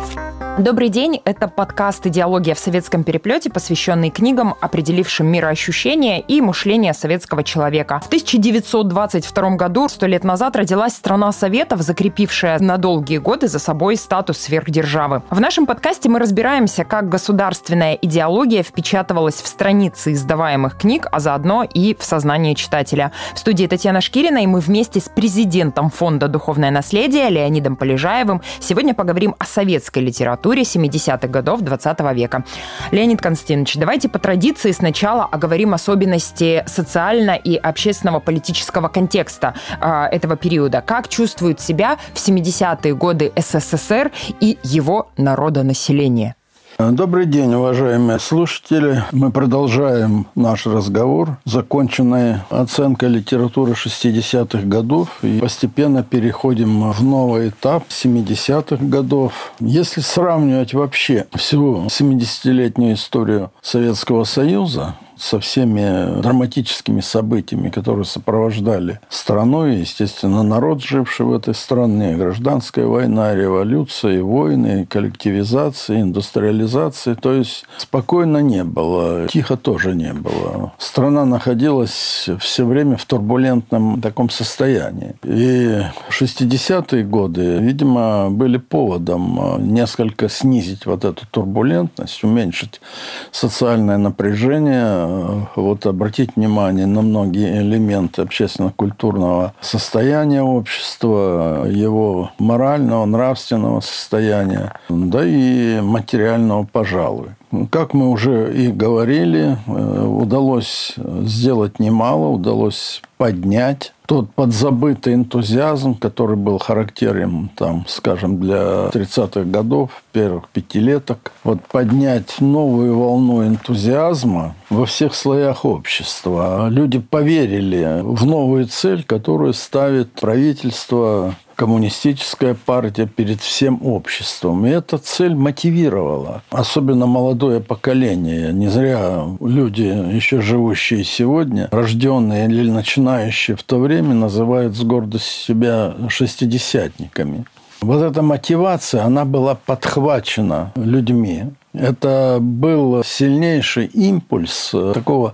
Добрый день, это подкаст «Идеология в советском переплете», посвященный книгам, определившим мироощущение и мышление советского человека. В 1922 году, 100 лет назад, родилась страна Советов, закрепившая на долгие годы за собой статус сверхдержавы. В нашем подкасте мы разбираемся, как государственная идеология впечатывалась в страницы издаваемых книг, а заодно и в сознание читателя. В студии Татьяна Шкирина, и мы вместе с президентом Фонда «Духовное наследие» Леонидом Полежаевым сегодня поговорим о советской литературе 70-х годов 20 века. Леонид Константинович, давайте по традиции сначала оговорим особенности социально- и общественно-политического контекста этого периода. Как чувствует себя в 70-е годы СССР и его народонаселение? Добрый день, уважаемые слушатели. Мы продолжаем наш разговор, законченный оценкой литературы 60-х годов, и постепенно переходим в новый этап 70-х годов. Если сравнивать вообще всю 70-летнюю историю Советского Союза со всеми драматическими событиями, которые сопровождали страну, и, естественно, народ, живший в этой стране, гражданская война, революция, войны, коллективизация, индустриализация, то есть спокойно не было, тихо тоже не было. Страна находилась все время в турбулентном таком состоянии. И 60-е годы, видимо, были поводом несколько снизить вот эту турбулентность, уменьшить социальное напряжение. Вот обратить внимание на многие элементы общественно-культурного состояния общества, его морального, нравственного состояния, да и материального, пожалуй. Как мы уже и говорили, удалось сделать немало, удалось поднять тот подзабытый энтузиазм, который был характерен, там, скажем, для 30-х годов, первых пятилеток. Вот поднять новую волну энтузиазма во всех слоях общества. Люди поверили в новую цель, которую ставит правительство, коммунистическая партия перед всем обществом. И эта цель мотивировала. Особенно молодое поколение. Не зря люди, еще живущие сегодня, рожденные или начинающие в то время, называют с гордостью себя шестидесятниками. Вот эта мотивация, она была подхвачена людьми. Это был сильнейший импульс такого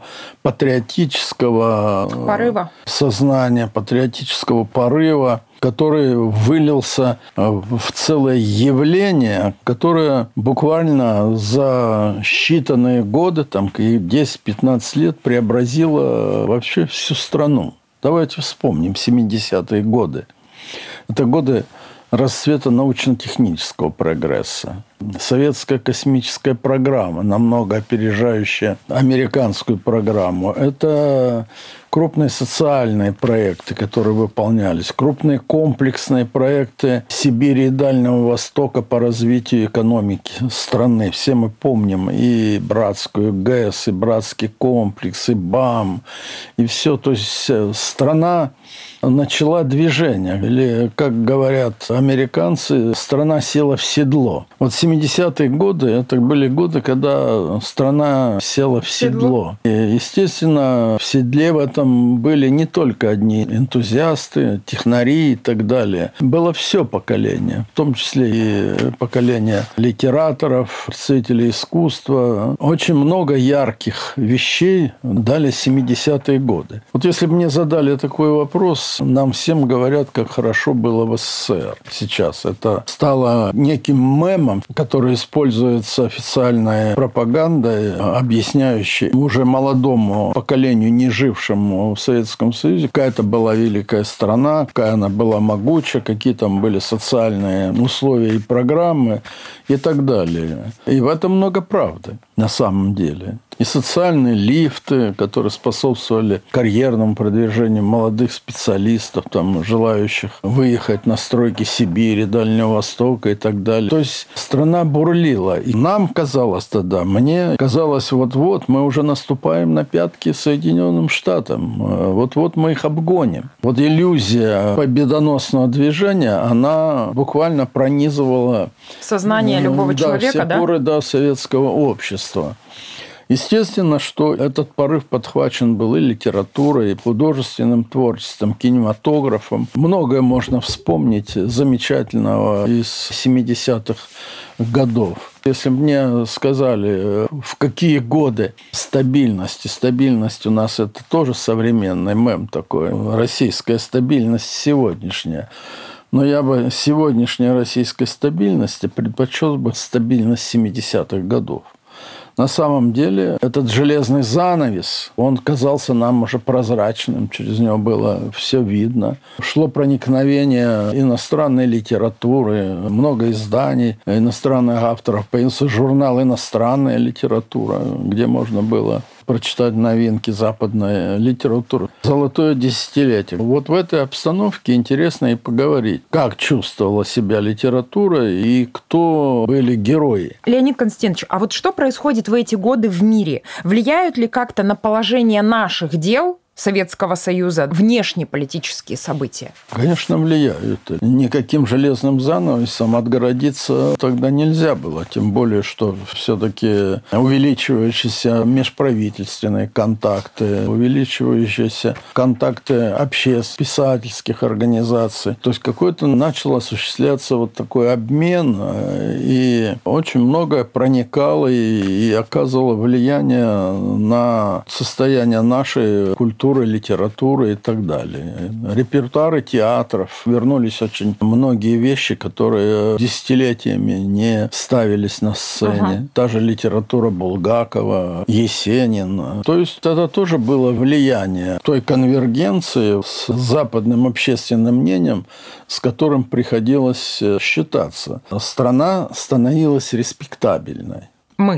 патриотического сознания, патриотического порыва, который вылился в целое явление, которое буквально за считанные годы, там, 10-15 лет, преобразило вообще всю страну. Давайте вспомним 70-е годы. Это годы расцвета научно-технического прогресса. Советская космическая программа, намного опережающая американскую программу. Это крупные социальные проекты, которые выполнялись, крупные комплексные проекты Сибири и Дальнего Востока по развитию экономики страны. Все мы помним и Братскую ГЭС, и Братский комплекс, и БАМ, и все. То есть страна начала движение. Или, как говорят американцы, страна села в седло. Вот 70-е годы, это были годы, когда страна села в седло. И, естественно, в седле в этом были не только одни энтузиасты, технари и так далее. Было все поколение, в том числе и поколение литераторов, представителей искусства. Очень много ярких вещей дали 70-е годы. Вот если бы мне задали такой вопрос, нам всем говорят, как хорошо было в СССР сейчас. Это стало неким мемом, который используется официальной пропагандой, объясняющей уже молодому поколению, не жившему в Советском Союзе, какая это была великая страна, какая она была могучая, какие там были социальные условия и программы и так далее. И в этом много правды на самом деле. И социальные лифты, которые способствовали карьерному продвижению молодых специалистов, там, желающих выехать на стройки Сибири, Дальнего Востока и так далее. То есть страна бурлила. И нам казалось тогда, мне казалось, вот-вот мы уже наступаем на пятки Соединенным Штатам. Вот-вот мы их обгоним. Вот иллюзия победоносного движения, она буквально пронизывала сознание любого человека, все поры советского общества. Естественно, что этот порыв подхвачен был и литературой, и художественным творчеством, кинематографом. Многое можно вспомнить замечательного из 70-х годов. Если бы мне сказали, в какие годы стабильность у нас это тоже современный мем такой, российская стабильность сегодняшняя. Но я бы сегодняшней российской стабильности предпочел бы стабильность 70-х годов. На самом деле этот железный занавес, он казался нам уже прозрачным, через него было все видно. Шло проникновение иностранной литературы, много изданий иностранных авторов. Появился журнал «Иностранная литература», где можно было прочитать новинки западной литературы. Золотое десятилетие. Вот в этой обстановке интересно и поговорить, как чувствовала себя литература и кто были герои. Леонид Константинович, а вот что происходит в эти годы в мире? Влияют ли как-то на положение наших дел Советского Союза внешнеполитические события? Конечно, влияют. Никаким железным занавесом отгородиться тогда нельзя было. Тем более, что все-таки увеличивающиеся межправительственные контакты, увеличивающиеся контакты обществ, писательских организаций. То есть какой-то начал осуществляться вот такой обмен, и очень многое проникало и оказывало влияние на состояние нашей культуры, литературы и так далее. Репертуары театров. Вернулись очень многие вещи, которые десятилетиями не ставились на сцене. Та же литература Булгакова, Есенин. То есть это тоже было влияние той конвергенции с западным общественным мнением, с которым приходилось считаться. Страна становилась респектабельной. Мы.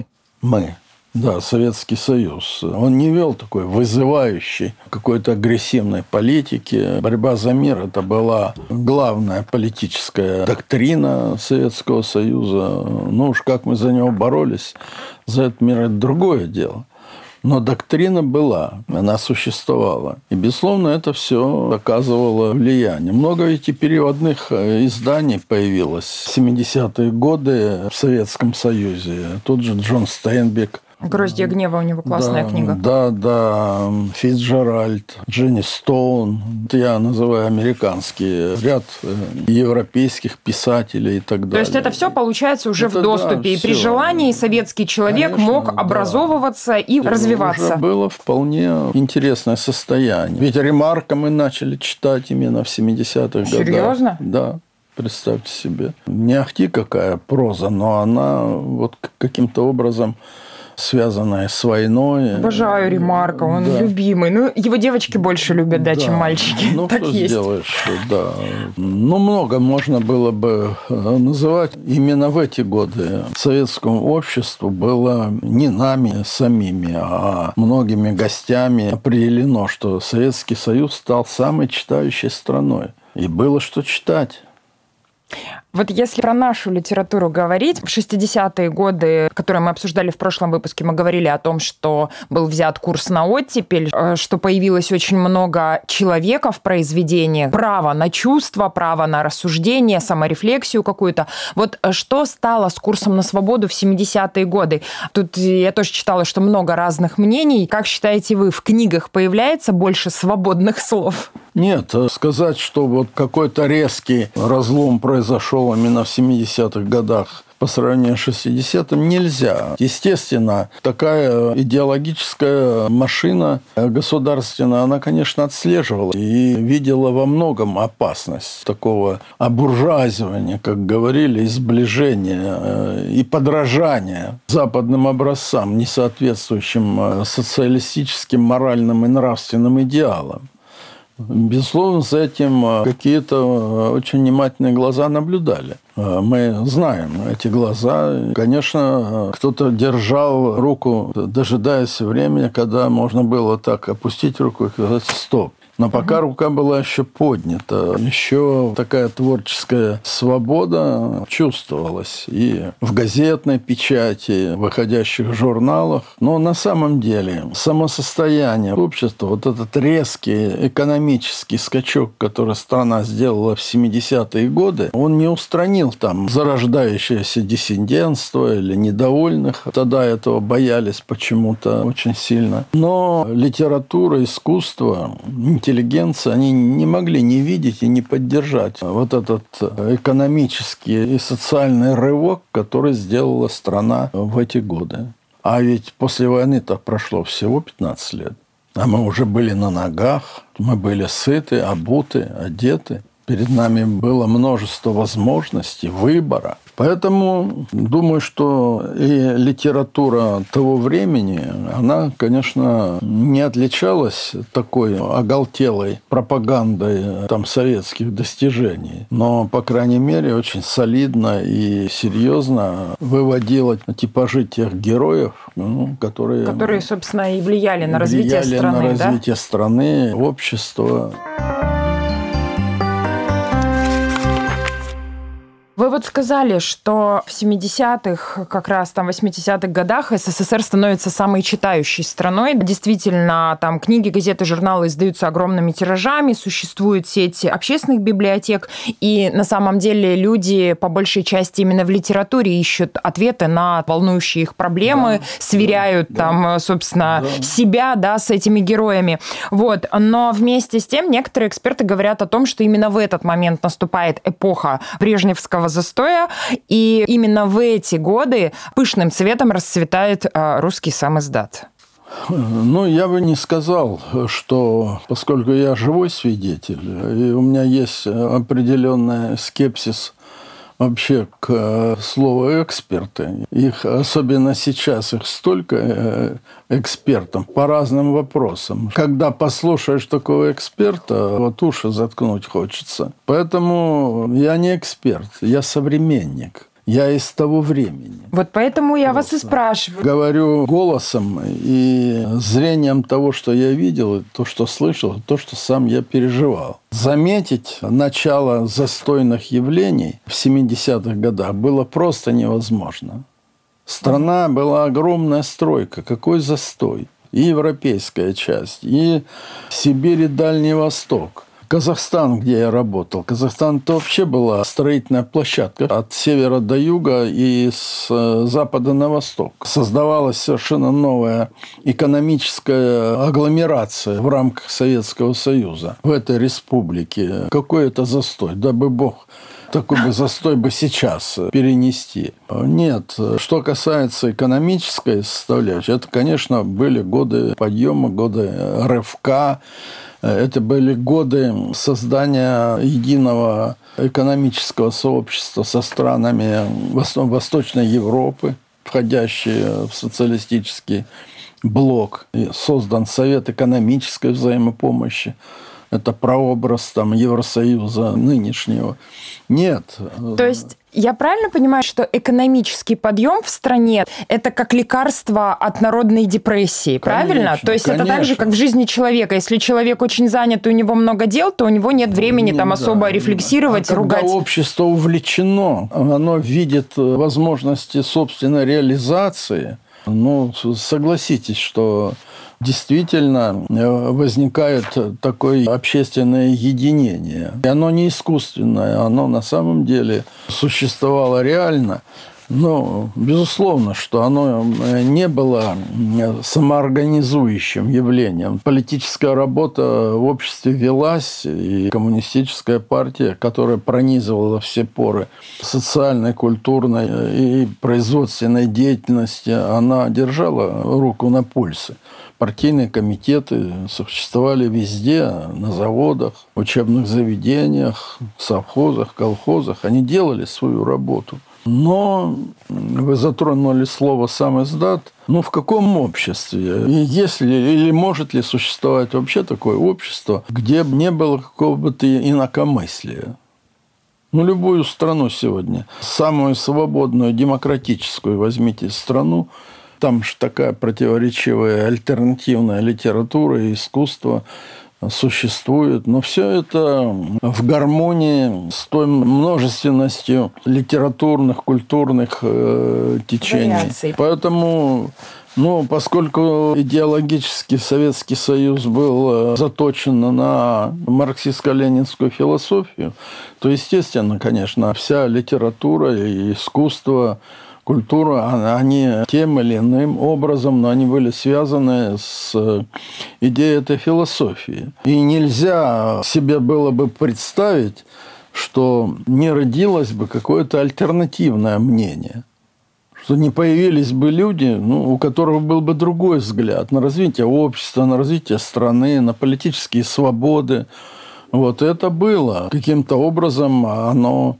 Да, Советский Союз. Он не вел такой вызывающей какой-то агрессивной политики. Борьба за мир – это была главная политическая доктрина Советского Союза. Ну уж как мы за него боролись, за этот мир – это другое дело. Но доктрина была, она существовала. И, безусловно, это все оказывало влияние. Много ведь и переводных изданий появилось в 70-е годы в Советском Союзе. Тот же Джон Стейнбек. «Гроздья гнева» у него классная книга. Да. Фицджеральд, Дженни Стоун. Я называю американские, ряд европейских писателей и так далее. То есть это все получается уже в доступе. Да, и при желании советский человек, конечно, мог образовываться и развиваться. Уже было вполне интересное состояние. Ведь Ремарка мы начали читать именно в 70-х годах. Серьезно? Да. Представьте себе. Не ахти какая проза, но она вот каким-то образом связанная с войной. Обожаю Ремарка, он любимый. Ну, его девочки больше любят, чем мальчики. Ну, так что есть. Сделаешь, да. Ну, много можно было бы называть. Именно в эти годы советскому обществу было не нами самими, а многими гостями определено, что Советский Союз стал самой читающей страной. И было что читать. Вот если про нашу литературу говорить, в 60-е годы, которые мы обсуждали в прошлом выпуске, мы говорили о том, что был взят курс на оттепель, что появилось очень много человека в произведениях, право на чувства, право на рассуждение, саморефлексию какую-то. Вот что стало с курсом на свободу в 70-е годы? Тут я тоже читала, что много разных мнений. Как считаете вы, в книгах появляется больше свободных слов? Нет, сказать, что вот какой-то резкий разлом произошел именно в 70-х годах по сравнению с 60-м нельзя. Естественно, такая идеологическая машина государственная, она, конечно, отслеживала и видела во многом опасность такого обуржуазивания, как говорили, и сближения, и подражания западным образцам, не соответствующим социалистическим моральным и нравственным идеалам. Безусловно, за этим какие-то очень внимательные глаза наблюдали. Мы знаем эти глаза. Конечно, кто-то держал руку, дожидаясь времени, когда можно было так опустить руку и сказать «стоп». Но пока рука была еще поднята, еще такая творческая свобода чувствовалась и в газетной печати, в выходящих журналах. Но на самом деле само состояние общества, вот этот резкий экономический скачок, который страна сделала в 70-е годы, он не устранил там зарождающееся диссидентство или недовольных. Тогда этого боялись почему-то очень сильно. Но литература, искусство, интеллигенция, они не могли не видеть и не поддержать вот этот экономический и социальный рывок, который сделала страна в эти годы. А ведь после войны-то прошло всего 15 лет. А мы уже были на ногах, мы были сыты, обуты, одеты. Перед нами было множество возможностей, выбора. Поэтому думаю, что и литература того времени, она, конечно, не отличалась такой оголтелой пропагандой советских достижений. Но, по крайней мере, очень солидно и серьезно выводила типажи тех героев, которые, собственно, и влияли на развитие страны. На развитие страны, общества. Вы вот сказали, что в 70-х, как раз там 80-х годах СССР становится самой читающей страной. Действительно, там книги, газеты, журналы издаются огромными тиражами, существует сеть общественных библиотек, и на самом деле люди по большей части именно в литературе ищут ответы на волнующие их проблемы, сверяют собственно, себя, с этими героями. Вот. Но вместе с тем некоторые эксперты говорят о том, что именно в этот момент наступает эпоха брежневского застоя, и именно в эти годы пышным цветом расцветает русский самиздат. Я бы не сказал, что, поскольку я живой свидетель, и у меня есть определенный скепсис вообще к слову «эксперты». Их, особенно сейчас, их столько экспертов по разным вопросам. Когда послушаешь такого эксперта, вот уши заткнуть хочется. Поэтому я не эксперт, я современник. Я из того времени. Вот поэтому я вас и спрашиваю. Говорю голосом и зрением того, что я видел, то, что слышал, то, что сам я переживал. Заметить начало застойных явлений в 70-х годах было просто невозможно. Страна была огромная стройка. Какой застой? И европейская часть, и Сибирь, и Дальний Восток. Казахстан, где я работал. Казахстан – это вообще была строительная площадка от севера до юга и с запада на восток. Создавалась совершенно новая экономическая агломерация в рамках Советского Союза в этой республике. Какой это застой? Дабы Бог такой бы застой бы сейчас перенести. Нет. Что касается экономической составляющей, это, конечно, были годы подъема, годы рывка. Это были годы создания единого экономического сообщества со странами Восточной Европы, входящие в социалистический блок. И создан Совет экономической взаимопомощи. Это прообраз Евросоюза нынешнего. Нет. То есть я правильно понимаю, что экономический подъем в стране – это как лекарство от народной депрессии, правильно? Конечно, То есть конечно. Это так же, как в жизни человека. Если человек очень занят и у него много дел, то у него нет времени особо рефлексировать, ругать. Когда общество увлечено, оно видит возможности собственной реализации. Согласитесь, что действительно возникает такое общественное единение. И оно не искусственное, оно на самом деле существовало реально. Но, безусловно, что оно не было самоорганизующим явлением. Политическая работа в обществе велась, и коммунистическая партия, которая пронизывала все поры социальной, культурной и производственной деятельности, она держала руку на пульсе. Партийные комитеты существовали везде, на заводах, учебных заведениях, совхозах, колхозах. Они делали свою работу. Но вы затронули слово «самиздат». В каком обществе? Если или может ли существовать вообще такое общество, где не было какого-то инакомыслия? Любую страну сегодня, самую свободную, демократическую возьмите страну, там же такая противоречивая альтернативная литература и искусство существует, но все это в гармонии с той множественностью литературных, культурных течений. Вариаций. Поэтому, поскольку идеологически Советский Союз был заточен на марксистско-ленинскую философию, то, естественно, конечно, вся литература и искусство культура, они тем или иным образом, но они были связаны с идеей этой философии. И нельзя себе было бы представить, что не родилось бы какое-то альтернативное мнение. Что не появились бы люди, у которых был бы другой взгляд на развитие общества, на развитие страны, на политические свободы. Вот это было. Каким-то образом оно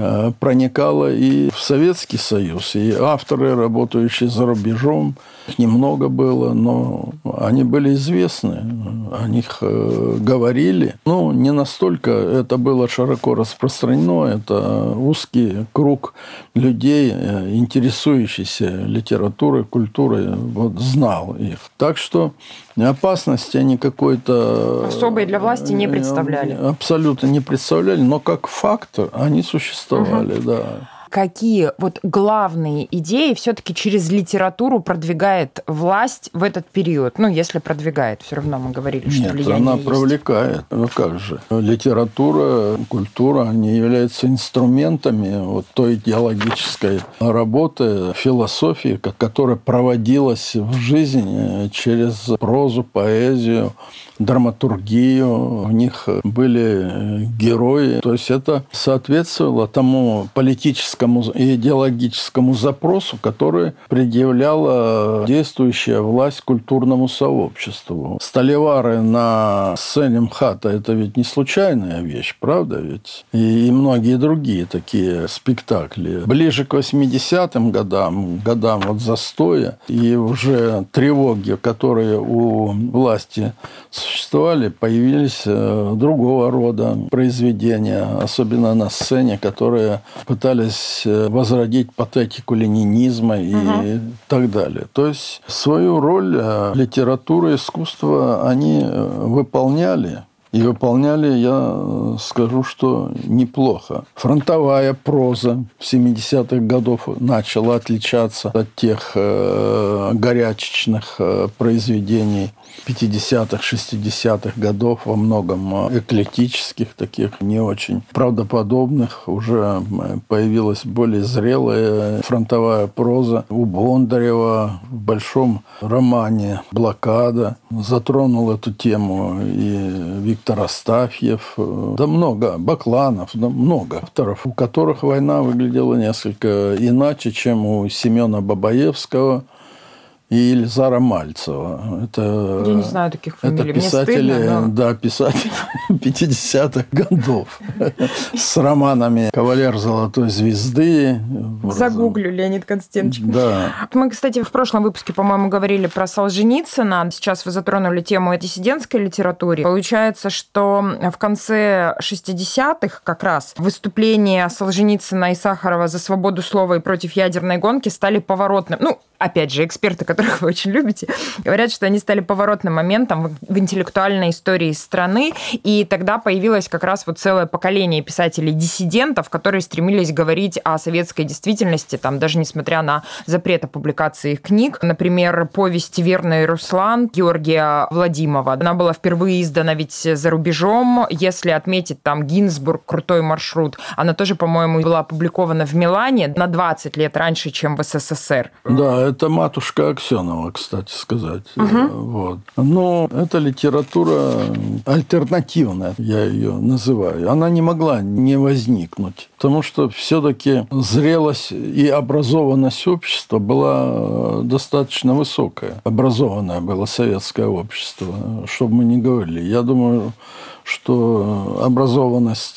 проникало и в Советский Союз. И авторы, работающие за рубежом, их немного было, но они были известны. О них говорили. Не настолько это было широко распространено. Это узкий круг людей, интересующихся литературой, культурой, знал их. Так что опасности они какой-то... Особой для власти не представляли. Абсолютно не представляли, но как фактор они существовали, да. Какие главные идеи все-таки через литературу продвигает власть в этот период? Если продвигает, все равно мы говорили, что влияние она есть. Привлекает. Как же? Литература, культура, они являются инструментами той идеологической работы, философии, которая проводилась в жизнь через прозу, поэзию, драматургию. В них были герои. То есть это соответствовало тому политическому и идеологическому запросу, который предъявляла действующая власть культурному сообществу. Сталевары на сцене МХАТа – это ведь не случайная вещь, правда ведь? И многие другие такие спектакли. Ближе к 80-м годам застоя и уже тревоги, которые у власти существовали, появились другого рода произведения, особенно на сцене, которые пытались возродить патетику ленинизма и так далее. То есть свою роль литература и искусство они выполняли. И выполняли, я скажу, что неплохо. Фронтовая проза в 70-х годов начала отличаться от тех горячечных произведений 50-х, 60-х годов, во многом эклектических, таких не очень правдоподобных. Уже появилась более зрелая фронтовая проза. У Бондарева в большом романе «Блокада» затронул эту тему и Виктор Астафьев, да много, Бакланов, да много авторов, у которых война выглядела несколько иначе, чем у Семена Бабаевского и Ильзара Мальцева. Я не знаю таких фамилий. Это писатели, мне стыдно, но... да, писатели 50-х годов с романами «Кавалер золотой звезды». Загуглю, Леонид Константинович. Да. Мы, кстати, в прошлом выпуске, по-моему, говорили про Солженицына. Сейчас вы затронули тему диссидентской литературы. Получается, что в конце 60-х как раз выступления Солженицына и Сахарова за свободу слова и против ядерной гонки стали поворотным. Опять же, эксперты, которых вы очень любите, говорят, что они стали поворотным моментом в интеллектуальной истории страны, и тогда появилось как раз целое поколение писателей-диссидентов, которые стремились говорить о советской действительности, даже несмотря на запрет о публикации их книг. Например, повесть «Верный Руслан» Георгия Владимова. Она была впервые издана ведь за рубежом. Если отметить Гинзбург «Крутой маршрут», она тоже, по-моему, была опубликована в Милане на 20 лет раньше, чем в СССР. Да, это матушка Аксенова, кстати сказать. Вот. Но это литература альтернативная, я ее называю. Она не могла не возникнуть, потому что все-таки зрелость и образованность общества была достаточно высокая. Образованное было советское общество, чтобы мы не говорили. Я думаю, что образованность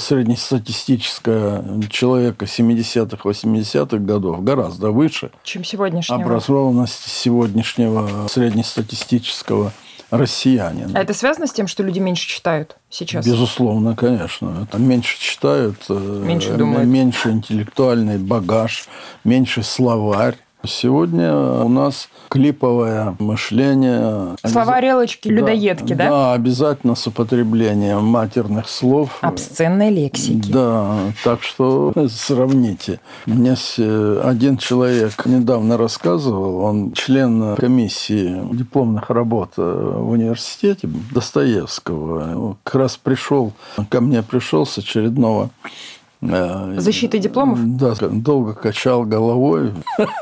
среднестатистическая человека 70-х, 80-х годов гораздо выше, чем сегодняшнего. Образованность сегодняшнего среднестатистического россиянина. А это связано с тем, что люди меньше читают сейчас? Безусловно, конечно. Это меньше читают, меньше думают, меньше интеллектуальный багаж, меньше словарь. Сегодня у нас клиповое мышление. Слова-релочки, людоедки, да? Да, обязательно с употреблением матерных слов. Обсценной лексики. Да, так что сравните. Мне один человек недавно рассказывал, он член комиссии дипломных работ в университете Достоевского. Как раз ко мне пришел с очередного Защитой дипломов? Да, долго качал головой.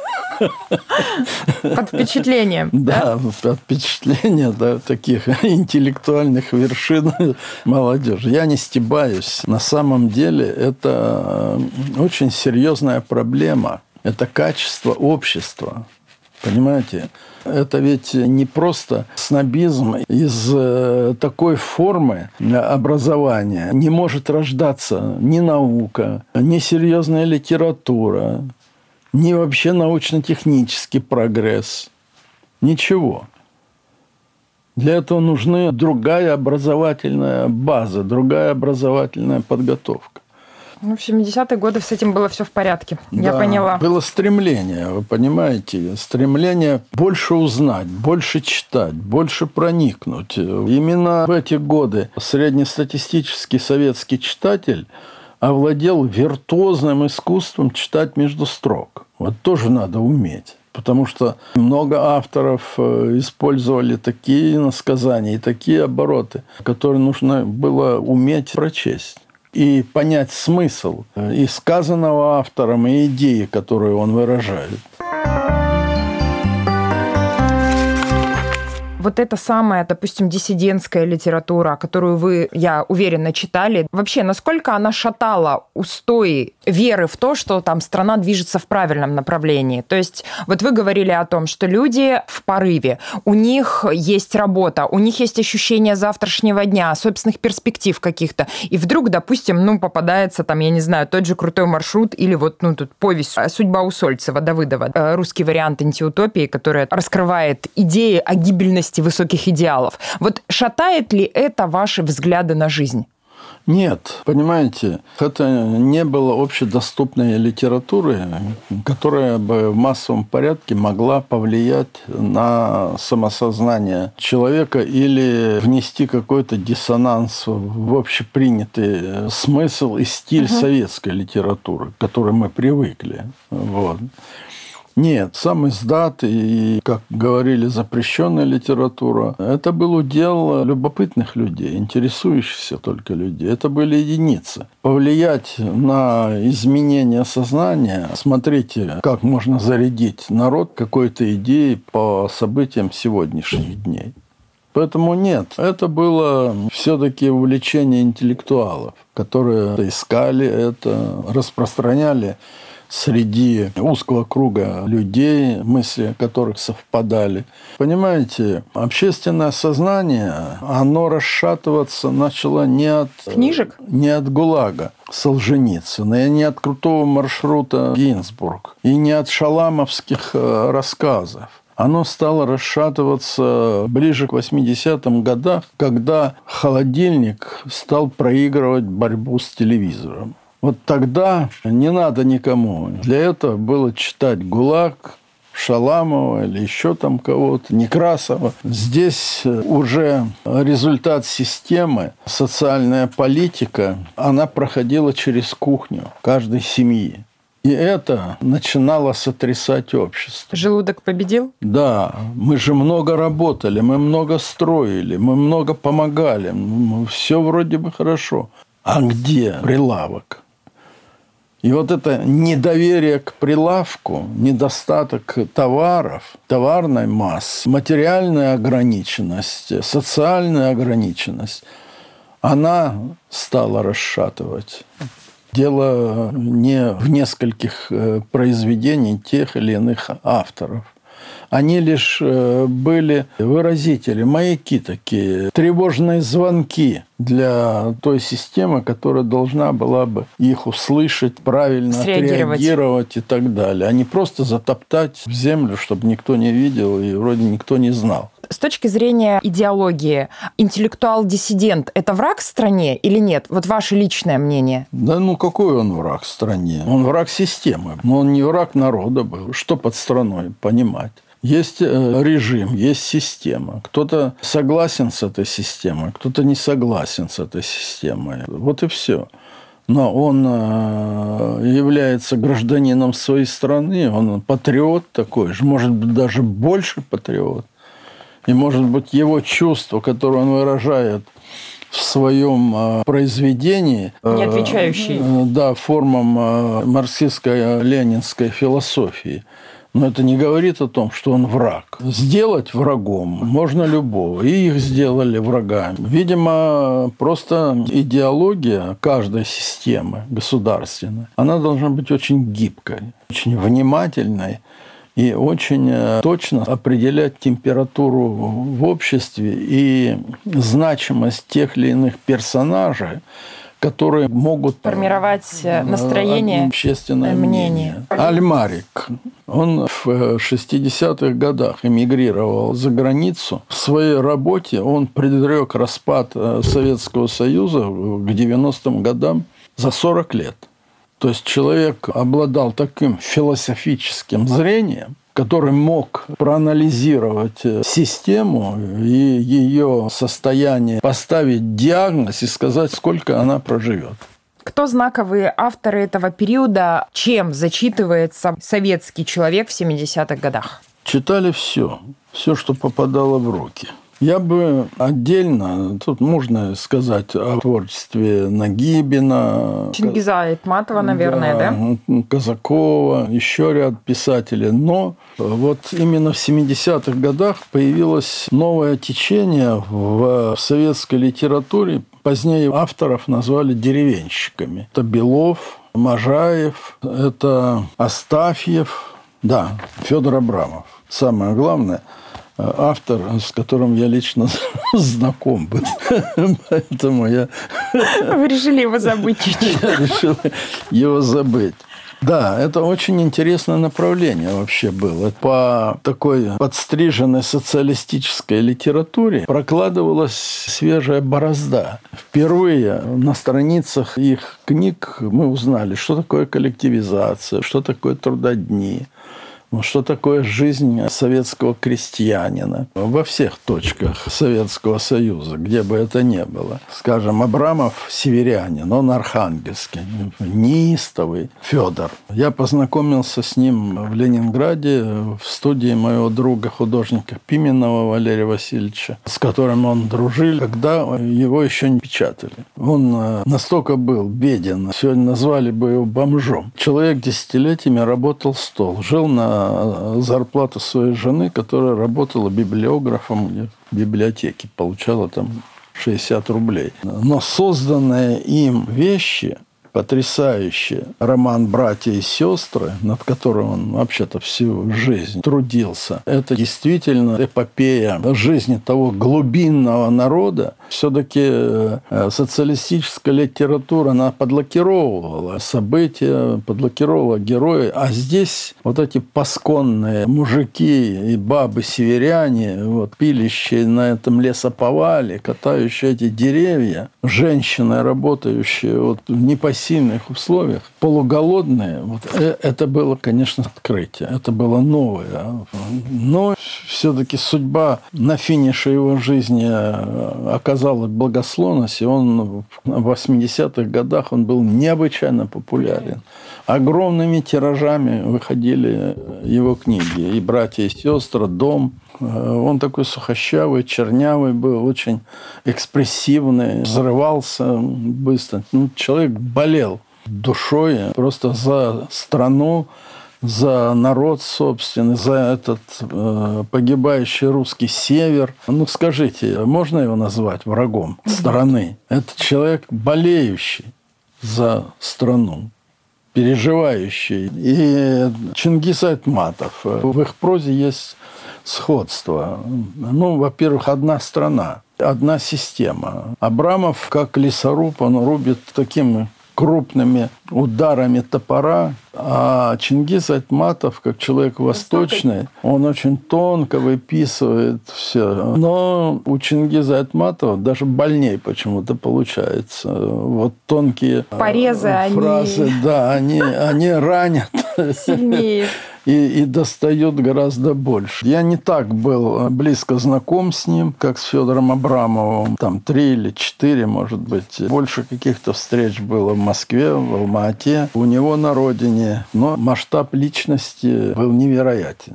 Под впечатлением. Да, под впечатлением таких интеллектуальных вершин молодежи. Я не стебаюсь. На самом деле это очень серьезная проблема. Это качество общества. Понимаете? Это ведь не просто снобизм. Из такой формы образования не может рождаться ни наука, ни серьезная литература, ни вообще научно-технический прогресс. Ничего. Для этого нужна другая образовательная база, другая образовательная подготовка. В 70-е годы с этим было все в порядке. Да, я поняла. Было стремление, вы понимаете, стремление больше узнать, больше читать, больше проникнуть. Именно в эти годы среднестатистический советский читатель овладел виртуозным искусством читать между строк. Вот тоже надо уметь. Потому что много авторов использовали такие иносказания и такие обороты, которые нужно было уметь прочесть. И понять смысл и сказанного автором, и идеи, которые он выражает. Вот эта самая, допустим, диссидентская литература, которую вы, я уверена, читали, вообще, насколько она шатала устои веры в то, что там страна движется в правильном направлении? То есть вот вы говорили о том, что люди в порыве, у них есть работа, у них есть ощущение завтрашнего дня, собственных перспектив каких-то, и вдруг, допустим, попадается там, я не знаю, тот же «Крутой маршрут» или вот, тут повесть «Судьба Усольцева» Давыдова, русский вариант антиутопии, которая раскрывает идеи о гибельности высоких идеалов. Вот шатает ли это ваши взгляды на жизнь? Нет, понимаете, это не было общедоступной литературы, которая бы в массовом порядке могла повлиять на самосознание человека или внести какой-то диссонанс в общепринятый смысл и стиль советской литературы, к которой мы привыкли. Вот. Нет, сам издат и, как говорили, запрещенная литература, это был удел любопытных людей, интересующихся только людей. Это были единицы. Повлиять на изменение сознания, смотрите, как можно зарядить народ какой-то идеей по событиям сегодняшних дней. Поэтому нет, это было все-таки увлечение интеллектуалов, которые искали это, распространяли среди узкого круга людей, мысли которых совпадали. Понимаете, общественное сознание, оно расшатываться начало не от книжек, не от ГУЛАГа Солженицына, и не от крутого маршрута Гинзбург, и не от шаламовских рассказов. Оно стало расшатываться ближе к 80-м годам, когда холодильник стал проигрывать борьбу с телевизором. Вот тогда не надо никому. Для этого было читать ГУЛАГ, Шаламова или еще там кого-то, Некрасова. Здесь уже результат системы, социальная политика, она проходила через кухню каждой семьи. И это начинало сотрясать общество. Желудок победил? Да. Мы же много работали, мы много строили, мы много помогали. Все вроде бы хорошо. А где прилавок? И вот это недоверие к прилавку, недостаток товаров, товарной массы, материальная ограниченность, социальная ограниченность, она стала расшатывать. Дело не в нескольких произведениях тех или иных авторов. Они лишь были выразители, маяки такие, тревожные звонки для той системы, которая должна была бы их услышать, правильно отреагировать и так далее. А не просто затоптать в землю, чтобы никто не видел и вроде никто не знал. С точки зрения идеологии, интеллектуал-диссидент – это враг стране или нет? Вот ваше личное мнение. Да какой он враг стране? Он враг системы, но он не враг народа был. Что под страной понимать? Есть режим, есть система. Кто-то согласен с этой системой, кто-то не согласен с этой системой. Вот и все. Но он является гражданином своей страны, он патриот такой же, может быть, даже больше патриот. И, может быть, его чувства, которые он выражает в своем произведении, не отвечающий, формам марксистско-ленинской философии. Но это не говорит о том, что он враг. Сделать врагом можно любого. И их сделали врагами. Видимо, просто идеология каждой системы государственной, она должна быть очень гибкой, очень внимательной и очень точно определять температуру в обществе и значимость тех или иных персонажей, которые могут формировать настроение, общественное мнение. Аль-Марик, он в 60-х годах эмигрировал за границу. В своей работе он предрек распад Советского Союза к 90-м годам за 40 лет. То есть человек обладал таким философическим зрением, который мог проанализировать систему и ее состояние, поставить диагноз и сказать, сколько она проживет. Кто знаковые авторы этого периода? Чем зачитывается советский человек в 70-х годах? Читали все, что попадало в руки. Я бы отдельно, тут можно сказать о творчестве Нагибина, Чингиза Айтматова, наверное, да? Казакова, еще ряд писателей. Но вот именно в 70-х годах появилось новое течение в советской литературе. Позднее авторов назвали деревенщиками. Это Белов, Можаев, это Астафьев, Федор Абрамов. Самое главное – автор, с которым я лично знаком был. Поэтому Вы решили его забыть чуть-чуть. Я решил его забыть. Да, это очень интересное направление вообще было. По такой подстриженной социалистической литературе прокладывалась свежая борозда. Впервые на страницах их книг мы узнали, что такое коллективизация, что такое трудодни, что такое жизнь советского крестьянина во всех точках Советского Союза, где бы это ни было. Скажем, Абрамов – северянин, он архангельский, неистовый Федор. Я познакомился с ним в Ленинграде в студии моего друга, художника Пименова Валерия Васильевича, с которым он дружил, когда его еще не печатали. Он настолько был беден, сегодня назвали бы его бомжом. Человек десятилетиями работал стол, жил на зарплату своей жены, которая работала библиографом в библиотеке, получала там 60 рублей. Но созданные им вещи потрясающие. Роман «Братья и сестры», над которым он вообще-то всю жизнь трудился, это действительно эпопея жизни того глубинного народа. Все-таки социалистическая литература, она подлакировывала события, подлакировывала герои, а здесь вот эти пасконные мужики и бабы-северяне, пилящие на этом лесоповале, катающие эти деревья, женщины, работающие в непосильных условиях, полуголодные, это было, конечно, открытие, это было новое. Но все-таки судьба на финише его жизни оказалась благосклонность, и он в 80-х годах он был необычайно популярен. Огромными тиражами выходили его книги, и «Братья и сестры», «Дом». Он такой сухощавый, чернявый был, очень экспрессивный, взрывался быстро. Человек болел душой просто за страну, за народ собственный, за этот погибающий русский север. Скажите, можно его назвать врагом страны? Это человек, болеющий за страну, переживающий. И Чингиз Айтматов. В их прозе есть сходство. Во-первых, одна страна, одна система. Абрамов, как лесоруб, он рубит такими крупными ударами топора, а Чингиз Айтматов, как человек восточный, он очень тонко выписывает все. Но у Чингиза Айтматова даже больнее почему-то получается. Тонкие порезы, фразы, они ранят сильнее. И достает гораздо больше. Я не так был близко знаком с ним, как с Федором Абрамовым. 3 или 4, может быть. Больше каких-то встреч было в Москве, в Алма-Ате, у него на родине. Но масштаб личности был невероятен.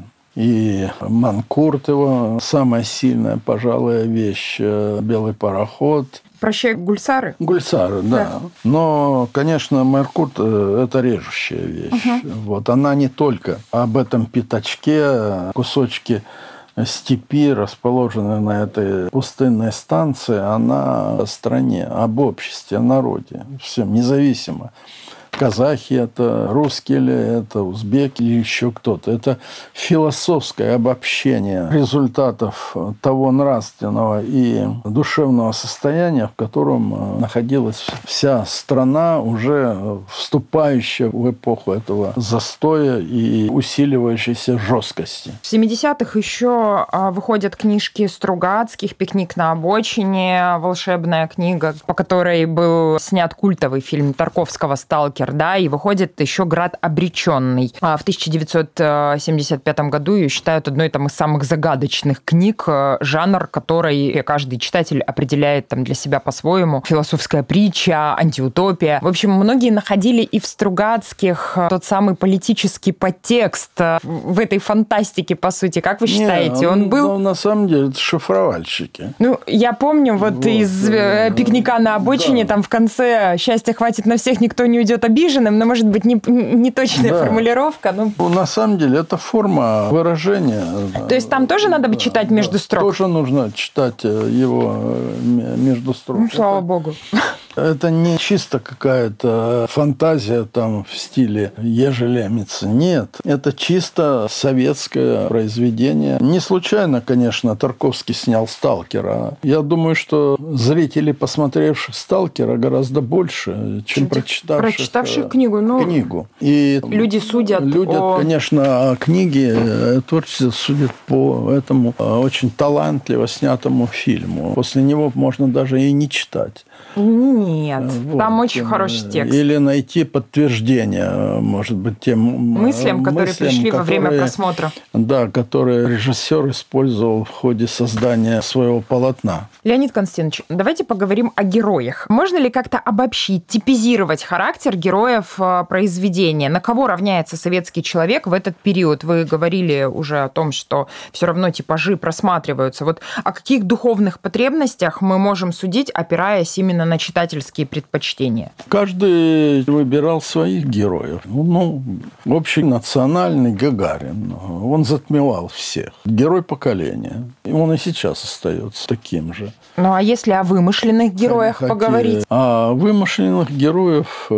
И Манкурт его, самая сильная, пожалуй, вещь, «Белый пароход». «Прощай, Гульсары». Гульсары, да. Но, конечно, «Меркурт» – это режущая вещь. Вот. Она не только об этом пятачке, кусочке степи, расположенной на этой пустынной станции, она о стране, об обществе, о народе. Всем, независимо. Казахи это, русские ли это, узбеки или еще кто-то. Это философское обобщение результатов того нравственного и душевного состояния, в котором находилась вся страна, уже вступающая в эпоху этого застоя и усиливающейся жесткости. В 70-х еще выходят книжки Стругацких «Пикник на обочине», волшебная книга, по которой был снят культовый фильм Тарковского «Сталкер», да, и выходит еще «Град обреченный». В 1975 году ее считают одной из самых загадочных книг, жанр, который каждый читатель определяет для себя по-своему. Философская притча, антиутопия. В общем, многие находили и в Стругацких тот самый политический подтекст в этой фантастике, по сути. Как вы считаете, он был? Ну, на самом деле, это шифровальщики. Ну, я помню, из «Пикника на обочине», там в конце «Счастья хватит на всех, никто не уйдет обиженным», но, может быть, не точная формулировка. Но... На самом деле, это форма выражения. То есть там тоже надо бы читать между строк? Тоже нужно читать его между строк. Ну, слава богу. Это не чисто какая-то фантазия там в стиле Ежелемица. Нет, это чисто советское произведение. Не случайно, конечно, Тарковский снял «Сталкера». Я думаю, что зрителей, посмотревших «Сталкера», гораздо больше, чем прочитавших книгу. Книгу. И люди судят конечно, о книге, творчество судят по этому очень талантливо снятому фильму. После него можно даже и не читать. Нет, там очень хороший текст. Или найти подтверждение, может быть, тем мыслям, которые пришли во время просмотра. Да, которые режиссер использовал в ходе создания своего полотна. Леонид Константинович, давайте поговорим о героях. Можно ли как-то обобщить, типизировать характер героев произведения? На кого равняется советский человек в этот период? Вы говорили уже о том, что все равно типажи просматриваются. Вот о каких духовных потребностях мы можем судить, опираясь именно на читательские предпочтения? Каждый выбирал своих героев. Общенациональный Гагарин. Он затмевал всех. Герой поколения. И он и сейчас остается таким же. Ну, а если о вымышленных героях поговорить? А вымышленных героев,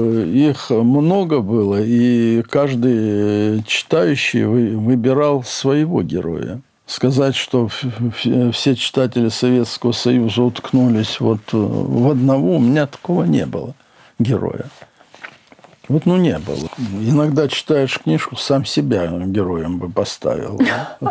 их много было, и каждый читающий выбирал своего героя. Сказать, что все читатели Советского Союза уткнулись в одного, у меня такого не было героя. Не было. Иногда читаешь книжку, сам себя героем бы поставил.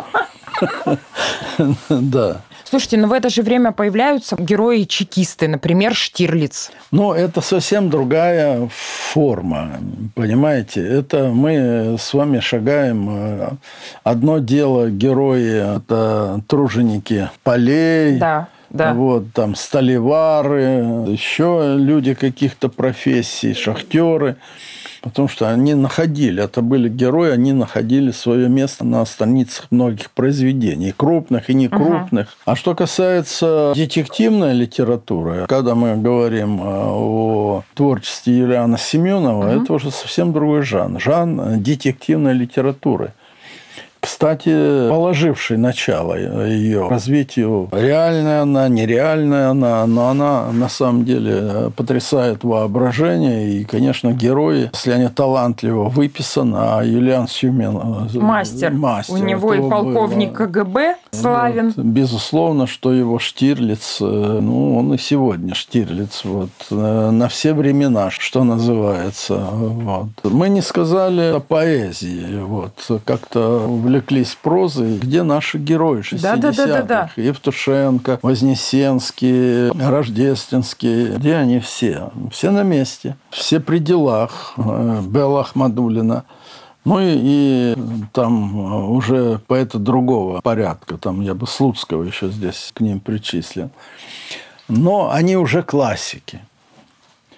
Да. Слушайте, в это же время появляются герои-чекисты, например, Штирлиц. Это совсем другая форма, понимаете? Это мы с вами шагаем. Одно дело герои – это труженики полей. Да. Там сталевары, еще люди каких-то профессий, шахтеры. Потому что они находили, это были герои, они находили свое место на страницах многих произведений, крупных и некрупных. А что касается детективной литературы, когда мы говорим о творчестве Юлиана Семенова, это уже совсем другой жанр. Жанр детективной литературы. Кстати, положивший начало ее развитию. Реальная она, нереальная она, но она на самом деле потрясает воображение. И, конечно, герои, если они талантливо выписаны, а Юлиан Семенов... Мастер. У него и полковник КГБ славен. Безусловно, что его Штирлиц, он и сегодня Штирлиц, на все времена, что называется. Мы не сказали о поэзии, как-то увлеклись прозой, где наши герои 60-х. Да. Евтушенко, Вознесенский, Рождественский. Где они все? Все на месте. Все при делах. Белла Ахмадуллина. И там уже поэты другого порядка. Там я бы Слуцкого еще здесь к ним причислил. Но они уже классики.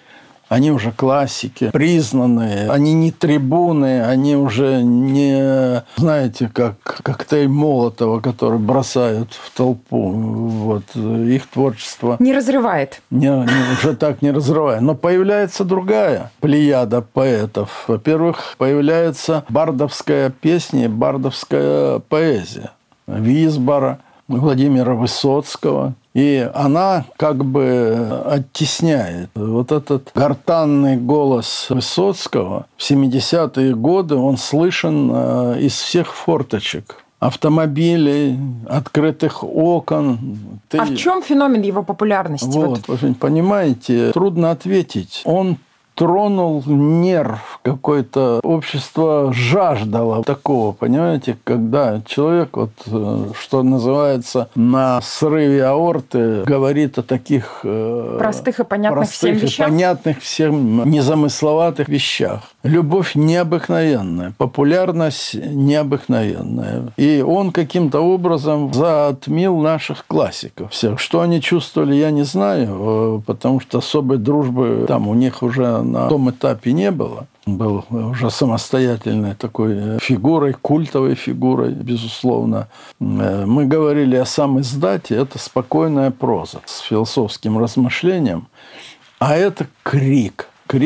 Они уже классики, признанные. Они не трибуны, они уже не, знаете, как коктейль Молотова, который бросают в толпу. Вот. Их творчество... Не разрывает. Уже так не разрывает. Но появляется другая плеяда поэтов. Во-первых, появляется бардовская песня, бардовская поэзия. Висбора, Владимира Высоцкого. И она как бы оттесняет. Вот этот гортанный голос Высоцкого в 70-е годы, он слышен из всех форточек. Автомобилей, открытых окон. А в чем феномен его популярности? Вот, понимаете, трудно ответить. Он тронул нерв какой-то. Общество жаждало такого, понимаете, когда человек, вот, что называется, на срыве аорты говорит о таких простых и понятных всем вещах. Понятных всем незамысловатых вещах. Любовь необыкновенная, популярность необыкновенная. И он каким-то образом затмил наших классиков всех. Что они чувствовали, я не знаю, потому что особой дружбы там у них уже на том этапе не было. Был уже самостоятельной такой фигурой, культовой фигурой, безусловно. Мы говорили о сам-издате. Это спокойная проза с философским размышлением. А это крик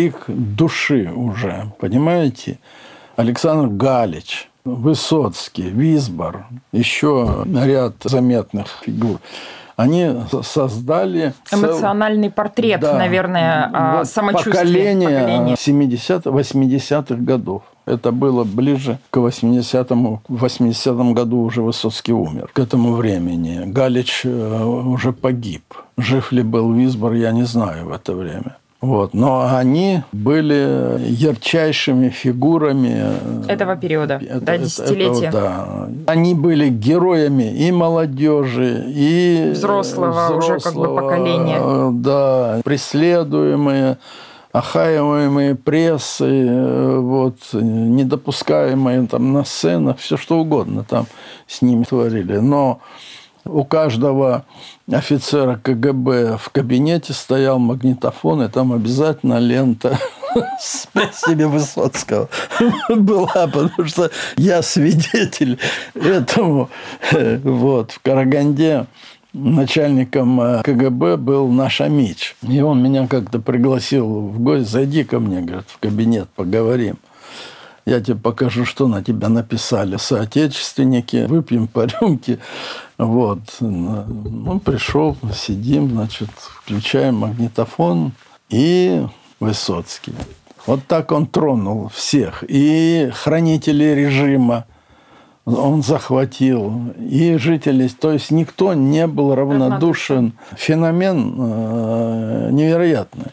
души уже, понимаете? Александр Галич, Высоцкий, Висбор, еще ряд заметных фигур. Они создали... Эмоциональный портрет, да, наверное, вот самочувствия. Поколение 70-х, 80-х годов. Это было ближе к 80-му. В 80-м году уже Высоцкий умер. К этому времени Галич уже погиб. Жив ли был Висбор, я не знаю в это время. Вот. Но они были ярчайшими фигурами этого периода, десятилетия. Да. Они были героями и молодежи, и взрослого уже как бы поколения. Да, преследуемые, охаиваемые прессой, вот, недопускаемые там на сценах, все что угодно там с ними творили. Но у каждого офицера КГБ в кабинете стоял магнитофон, и там обязательно лента с песнями Высоцкого была, потому что я свидетель этому. Вот. В Караганде начальником КГБ был наш Амич. И он меня как-то пригласил в гости: зайди ко мне, говорит, в кабинет, поговорим. Я тебе покажу, что на тебя написали соотечественники, выпьем по рюмке. Вот. Ну, пришел, сидим, значит, включаем магнитофон, и Высоцкий. Вот так он тронул всех. И хранителей режима он захватил, и жителей. То есть никто не был равнодушен. Феномен невероятный.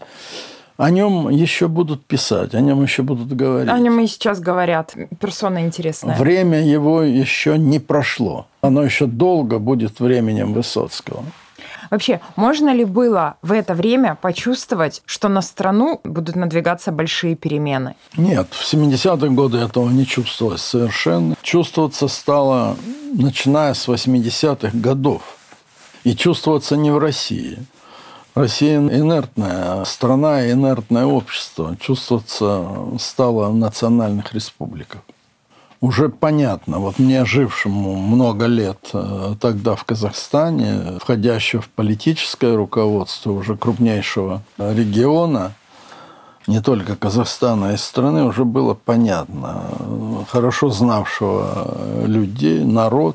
О нем еще будут писать, о нем еще будут говорить. О нем и сейчас говорят. Персона интересная. Время его еще не прошло. Оно еще долго будет временем Высоцкого. Вообще, можно ли было в это время почувствовать, что на страну будут надвигаться большие перемены? Нет, в 70-е годы этого не чувствовалось совершенно. Чувствоваться стало, начиная с 80-х годов. И чувствоваться не в России. Россия инертная страна, инертное общество. Чувствоваться стало в национальных республиках. Уже понятно, вот мне, жившему много лет тогда в Казахстане, входящего в политическое руководство уже крупнейшего региона, не только Казахстана, а и страны, уже было понятно, хорошо знавшего людей, народ,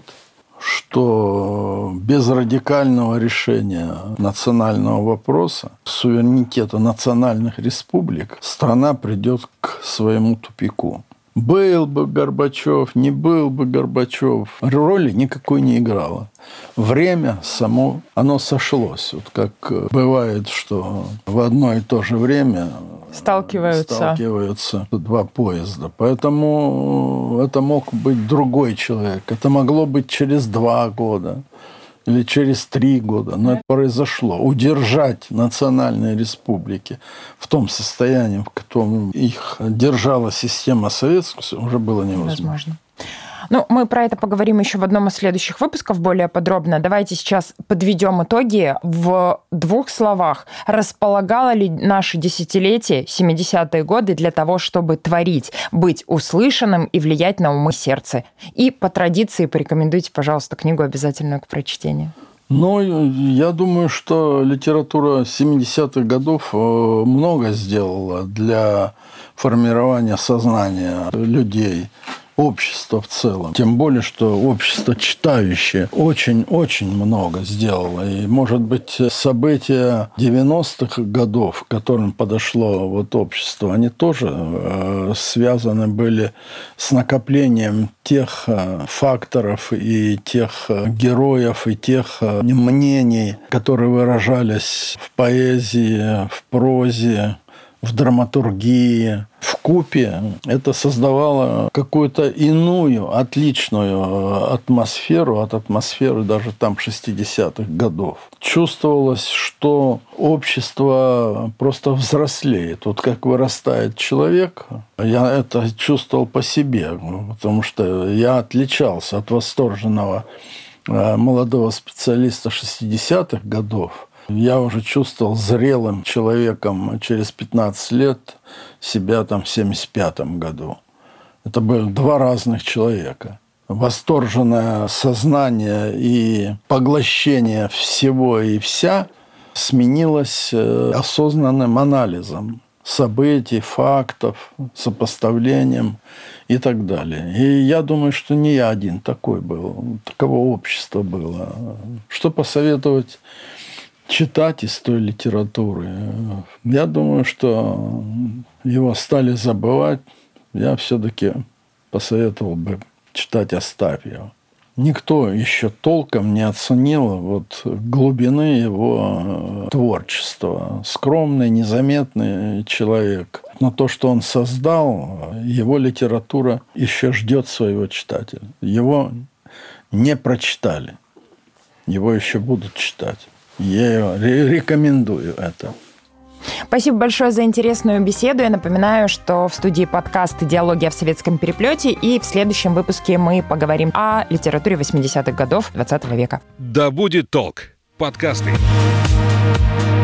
что без радикального решения национального вопроса, суверенитета национальных республик, страна придет к своему тупику. Был бы Горбачев, не был бы Горбачев, роли никакой не играло. Время само, оно сошлось. Вот как бывает, что в одно и то же время сталкиваются два поезда. Поэтому это мог быть другой человек. Это могло быть через 2 года или через 3 года. Но это произошло. Удержать национальные республики в том состоянии, в котором их держала система советская, уже было невозможно. Мы про это поговорим еще в одном из следующих выпусков более подробно. Давайте сейчас подведем итоги в 2 словах. Располагало ли наше десятилетие, 70-е годы, для того, чтобы творить, быть услышанным и влиять на умы и сердце? И по традиции порекомендуйте, пожалуйста, книгу обязательную к прочтению. Я думаю, что литература 70-х годов много сделала для формирования сознания людей, общества в целом. Тем более, что общество читающее очень-очень много сделало. И, может быть, события 90-х годов, к которым подошло общество, они тоже связаны были с накоплением тех факторов и тех героев, и тех мнений, которые выражались в поэзии, в прозе, в драматургии. Вкупе это создавало какую-то иную, отличную атмосферу от атмосферы даже там 60-х годов. Чувствовалось, что общество просто взрослеет. Как вырастает человек, я это чувствовал по себе, потому что я отличался от восторженного молодого специалиста 60-х годов. Я уже чувствовал зрелым человеком через 15 лет себя в 75-м году. Это были 2 разных человека. Восторженное сознание и поглощение всего и вся сменилось осознанным анализом событий, фактов, сопоставлением и так далее. И я думаю, что не я один такой был. Таково общество было. Что посоветовать читать из той литературы? Я думаю, что его стали забывать. Я все-таки посоветовал бы читать Астафьева. Никто еще толком не оценил глубины его творчества. Скромный, незаметный человек. Но то, что он создал, его литература еще ждет своего читателя. Его не прочитали. Его еще будут читать. Я рекомендую это. Спасибо большое за интересную беседу. Я напоминаю, что в студии подкаст «Идеология в советском переплете», и в следующем выпуске мы поговорим о литературе 80-х годов 20 века. Да будет толк. Подкасты.